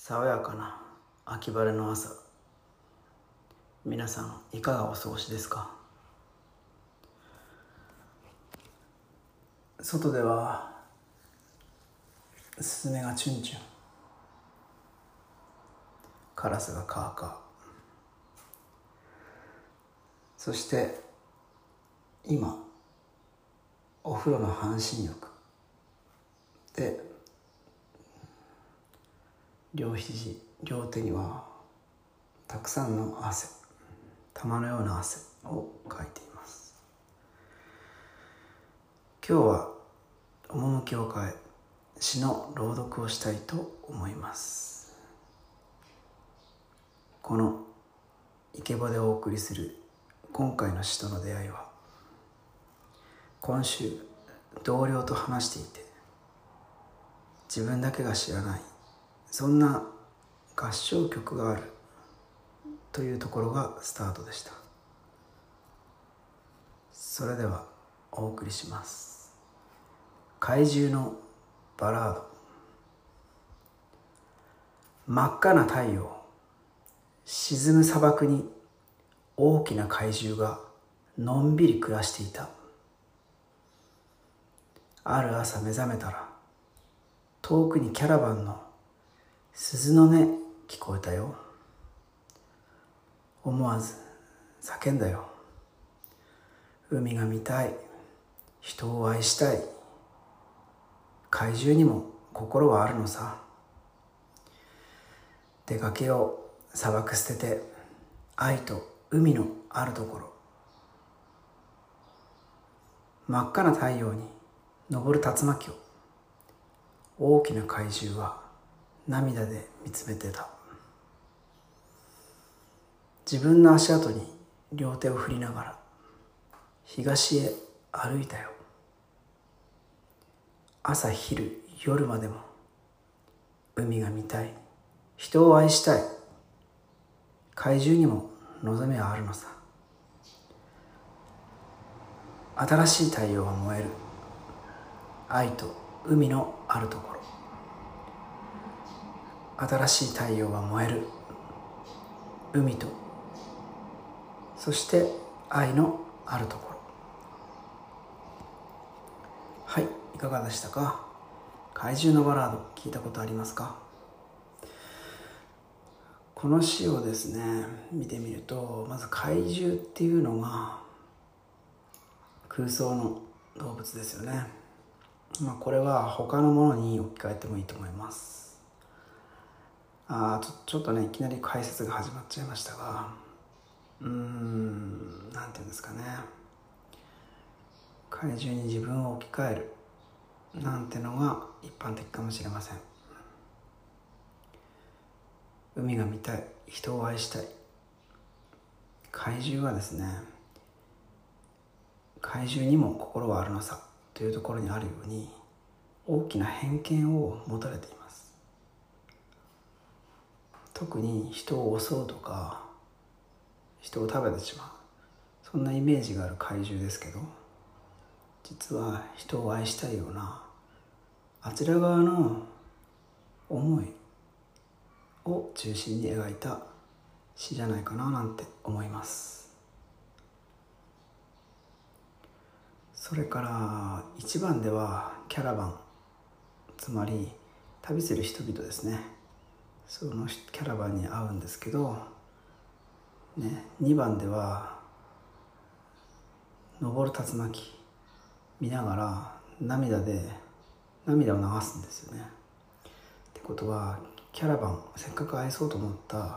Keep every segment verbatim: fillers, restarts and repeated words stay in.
爽やかな秋晴れの朝、皆さんいかがお過ごしですか？外ではスズメがチュンチュン、カラスがカーカー、そして今お風呂の半身浴で両肘両手にはたくさんの汗、玉のような汗をかいています。今日は趣を変え詩の朗読をしたいと思います。このイケボでお送りする今回の詩との出会いは、今週同僚と話していて、自分だけが知らないそんな合唱曲があるというところがスタートでした。それではお送りします。怪獣のバラード。真っ赤な太陽、沈む砂漠に大きな怪獣がのんびり暮らしていた。ある朝目覚めたら、遠くにキャラバンの鈴の音聞こえたよ。思わず叫んだよ。海が見たい、人を愛したい。怪獣にも心はあるのさ。出かけよう、砂漠捨てて、愛と海のあるところ。真っ赤な太陽に昇る竜巻を、大きな怪獣は涙で見つめてた。自分の足跡に両手を振りながら東へ歩いたよ。朝昼夜までも海が見たい、人を愛したい。怪獣にも望みはあるのさ。新しい太陽は燃える。愛と海のあるところ。新しい太陽は燃える。海と、そして愛のあるところ。はい、いかがでしたか？怪獣のバラード、聞いたことありますか？この詩をですね、見てみると、まず怪獣っていうのが空想の動物ですよね。まあ、これは他のものに置き換えてもいいと思います。あちょ、ちょっとねいきなり解説が始まっちゃいましたが、うーんなんていうんですかね、怪獣に自分を置き換えるなんてのが一般的かもしれません。海が見たい、人を愛したい。怪獣はですね、怪獣にも心はあるのさというところにあるように、大きな偏見を持たれています。特に人を襲うとか人を食べてしまう、そんなイメージがある怪獣ですけど、実は人を愛したいようなあちら側の思いを中心に描いた詩じゃないかななんて思います。それからいちばんではキャラバン、つまり旅する人々ですね、そのキャラバンに会うんですけど、ね、にばんでは昇る竜巻見ながら涙で涙を流すんですよね。ってことはキャラバン、せっかく愛そうと思った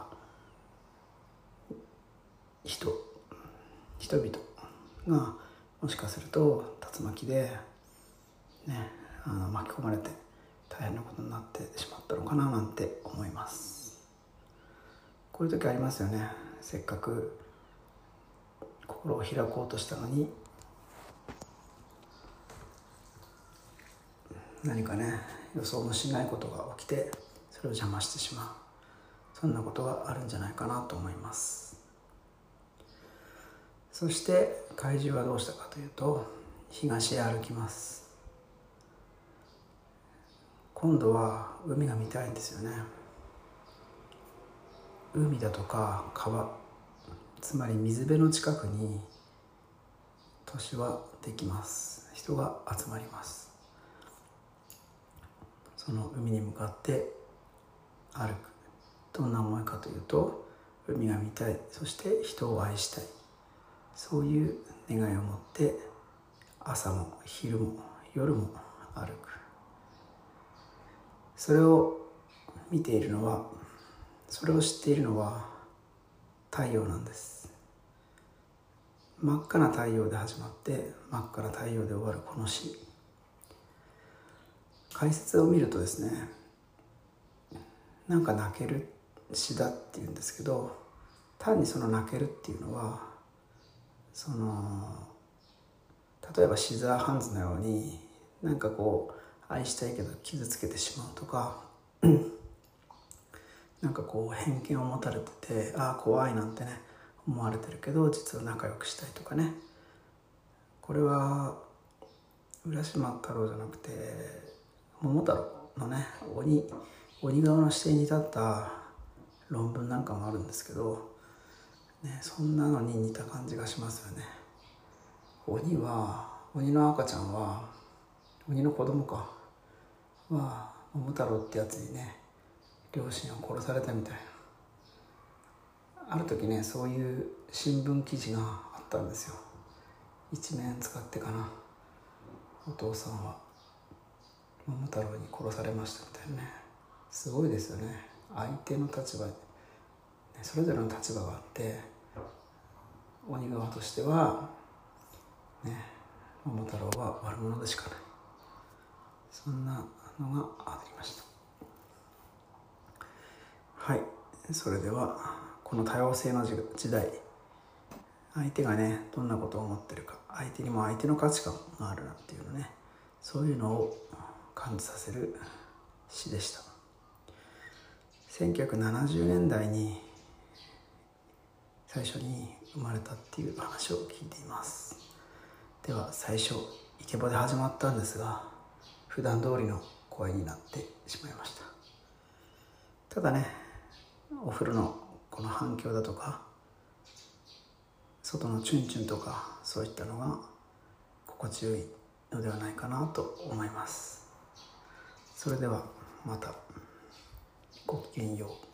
人人々がもしかすると竜巻で、ね、あの巻き込まれて大変なことになってしまったのかななんて思います。こういう時ありますよね。せっかく心を開こうとしたのに、何かね予想もしないことが起きてそれを邪魔してしまう、そんなことがあるんじゃないかなと思います。そして怪獣はどうしたかというと、東へ歩きます。今度は海が見たいんですよね。 海だとか川、つまり水辺の近くに都市はできます。人が集まります。その海に向かって歩く。どんな思いかというと、海が見たい、そして人を愛したい、そういう願いを持って朝も昼も夜も歩く。それを見ているのは、それを知っているのは太陽なんです。真っ赤な太陽で始まって真っ赤な太陽で終わるこの詩、解説を見るとですね、なんか泣ける詩だっていうんですけど、単にその泣けるっていうのは、その例えばシザーハンズのようになんかこう愛したいけど傷つけてしまうとかなんかこう偏見を持たれてて、ああ怖いなんてね思われてるけど、実は仲良くしたいとかね、これは浦島太郎じゃなくて桃太郎のね鬼鬼側の視点に立った論文なんかもあるんですけど、ね、そんなのに似た感じがしますよね。鬼は鬼の赤ちゃんは鬼の子供かは桃太郎ってやつにね両親を殺されたみたいな、ある時ねそういう新聞記事があったんですよ。一面使ってかな、お父さんは桃太郎に殺されましたみたいなね。すごいですよね。相手の立場、それぞれの立場があって、鬼側としてはね桃太郎は悪者でしかない、そんなのがありました。はい、それではこの多様性の時代、相手がねどんなことを思ってるか、相手にも相手の価値観があるなっていうのね、そういうのを感じさせる詩でした。せんきゅうひゃくななじゅうねんだいに最初に生まれたっていう話を聞いています。では最初イケボで始まったんですが、普段通りの声になってしまいました。ただね、お風呂のこの反響だとか外のチュンチュンとか、そういったのが心地よいのではないかなと思います。それではまた、ごきげんよう。